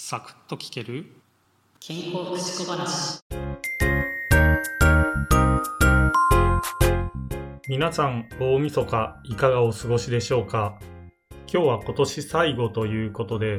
サクッと聞ける健康福祉小話。 皆さん大晦日いかがお過ごしでしょうか。今日は今年最後ということで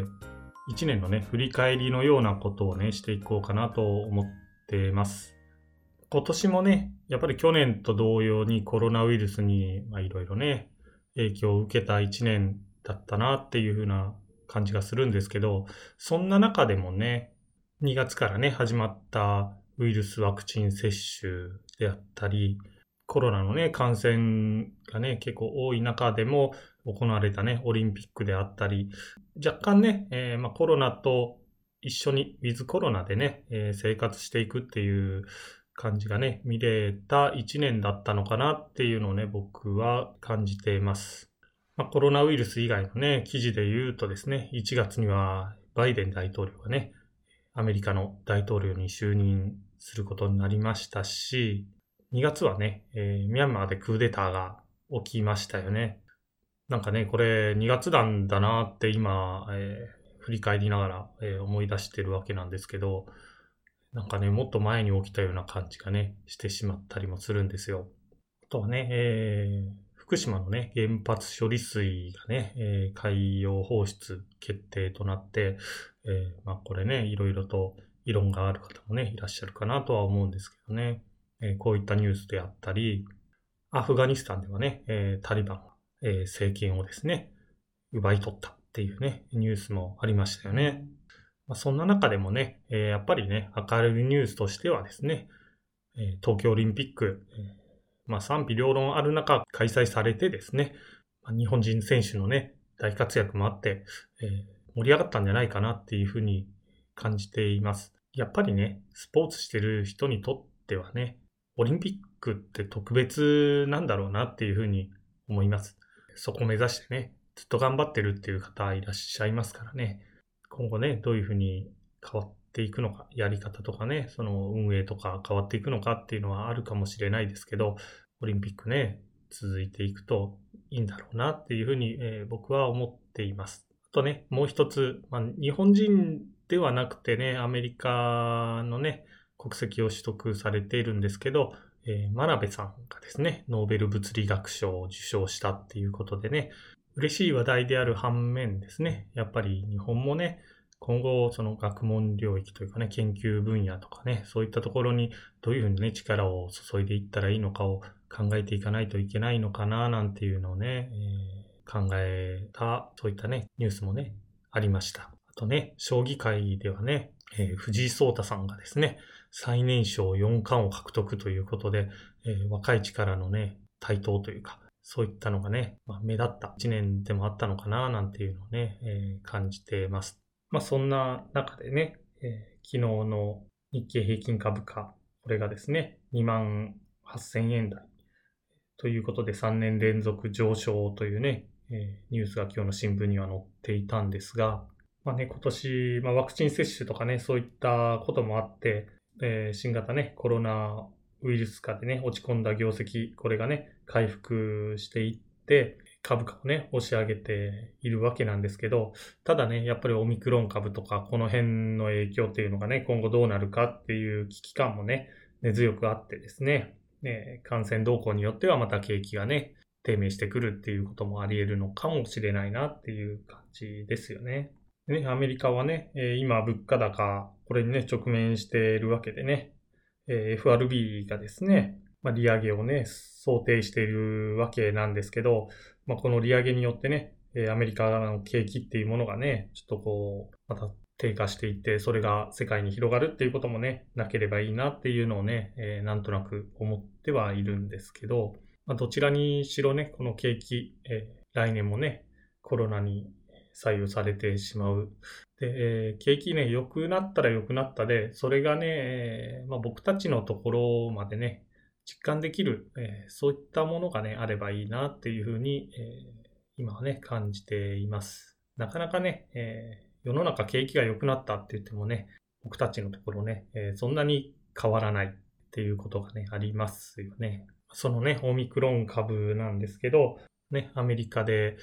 1年のね振り返りのようなことをねしていこうかなと思ってます。今年もねやっぱり去年と同様にコロナウイルスにいろいろね影響を受けた1年だったなっていう風な感じがするんですけど、そんな中でもね2月からね始まったウイルスワクチン接種であったり、コロナのね感染がね結構多い中でも行われたねオリンピックであったり、若干ね、コロナと一緒にウィズコロナでね、生活していくっていう感じがね見れた1年だったのかなっていうのをね僕は感じています。コロナウイルス以外のね記事で言うとですね、1月にはバイデン大統領がねアメリカの大統領に就任することになりましたし、2月はね、ミャンマーでクーデターが起きましたよね。なんかね、これ2月なんだなって今、振り返りながら、思い出してるわけなんですけど、なんかね、もっと前に起きたような感じがね、してしまったりもするんですよ。あとはね、福島のね、原発処理水がね、海洋放出決定となって、これね、いろいろと異論がある方もね、いらっしゃるかなとは思うんですけどね、こういったニュースであったり、アフガニスタンではね、タリバンが、政権をですね、奪い取ったっていうね、ニュースもありましたよね。そんな中でもね、やっぱりね、明るいニュースとしてはですね、東京オリンピック、賛否両論ある中開催されてですね、日本人選手のね、大活躍もあって、盛り上がったんじゃないかなっていうふうに感じています。やっぱりね、スポーツしてる人にとってはね、オリンピックって特別なんだろうなっていうふうに思います。そこを目指してね、ずっと頑張ってるっていう方いらっしゃいますからね、今後ね、どういうふうに変わっていくのか、やり方とかね、その運営とか変わっていくのかっていうのはあるかもしれないですけど、オリンピックね、続いていくといいんだろうなっていうふうに、僕は思っています。あとね、もう一つ、日本人ではなくてね、アメリカのね、国籍を取得されているんですけど、真鍋さんがですね、ノーベル物理学賞を受賞したっていうことでね、嬉しい話題である反面ですね、やっぱり日本もね、今後その学問領域というかね、研究分野とかね、そういったところにどういうふうにね、力を注いでいったらいいのかを考えていかないといけないのかな、なんていうのをね、考えた、そういったね、ニュースもね、ありました。あとね、将棋界ではね、藤井聡太さんがですね、最年少4冠を獲得ということで、若い力のね、台頭というか、そういったのがね、目立った一年でもあったのかな、なんていうのをね、感じています。そんな中でね、昨日の日経平均株価、これがですね、28,000円台ということで3年連続上昇というね、ニュースが今日の新聞には載っていたんですが、今年、ワクチン接種とかね、そういったこともあって、新型ね、コロナウイルス化でね、落ち込んだ業績、これがね、回復していって、株価をね、押し上げているわけなんですけど、ただね、やっぱりオミクロン株とか、この辺の影響っていうのがね、今後どうなるかっていう危機感もね、根強くあってですね、感染動向によってはまた景気がね、低迷してくるっていうこともあり得るのかもしれないなっていう感じですよね。アメリカはね、今物価高、これにね、直面しているわけでね、FRB がですね、利上げをね、想定しているわけなんですけど、この利上げによってね、アメリカの景気っていうものがね、ちょっとまた低下していって、それが世界に広がるっていうこともね、なければいいなっていうのをね、なんとなく思ってはいるんですけど、どちらにしろね、この景気、来年もね、コロナに左右されてしまう。で、景気ね、良くなったら良くなったで、それがね、僕たちのところまでね、実感できる、そういったものがね、あればいいなっていうふうに、今はね、感じています。なかなかね、世の中景気が良くなったって言ってもね、僕たちのところね、そんなに変わらないっていうことがね、ありますよね。そのね、オミクロン株なんですけど、ね、アメリカで、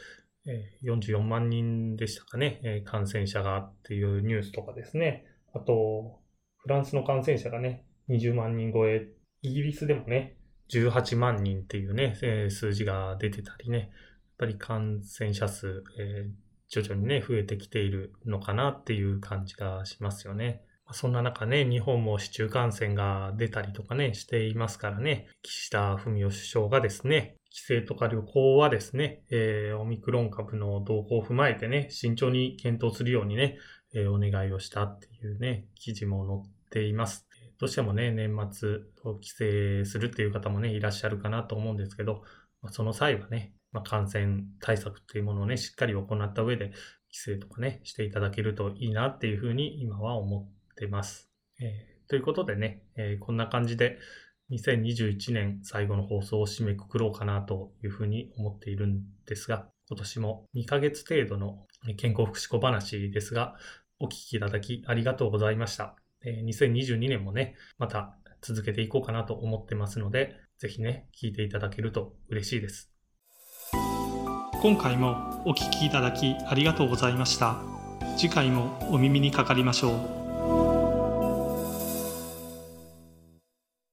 44万人でしたかね、感染者がっていうニュースとかですね。あと、フランスの感染者がね、20万人超え、イギリスでもね、18万人っていうね、数字が出てたりね、やっぱり感染者数、徐々にね、増えてきているのかなっていう感じがしますよね。そんな中ね、日本も市中感染が出たりとかね、していますからね、岸田文雄首相がですね、帰省とか旅行はですね、オミクロン株の動向を踏まえてね、慎重に検討するようにね、お願いをしたっていうね、記事も載っています。どうしてもね、年末帰省するっていう方もね、いらっしゃるかなと思うんですけど、その際はね、感染対策っていうものをね、しっかり行った上で、帰省とかね、していただけるといいなっていうふうに今は思ってます。ということでね、こんな感じで2021年最後の放送を締めくくろうかなというふうに思っているんですが、今年も2ヶ月程度の健康福祉小話ですが、お聞きいただきありがとうございました。2022年もね、また続けていこうかなと思ってますので、ぜひね、聞いていただけると嬉しいです。今回もお聞きいただきありがとうございました。次回もお耳にかかりましょう。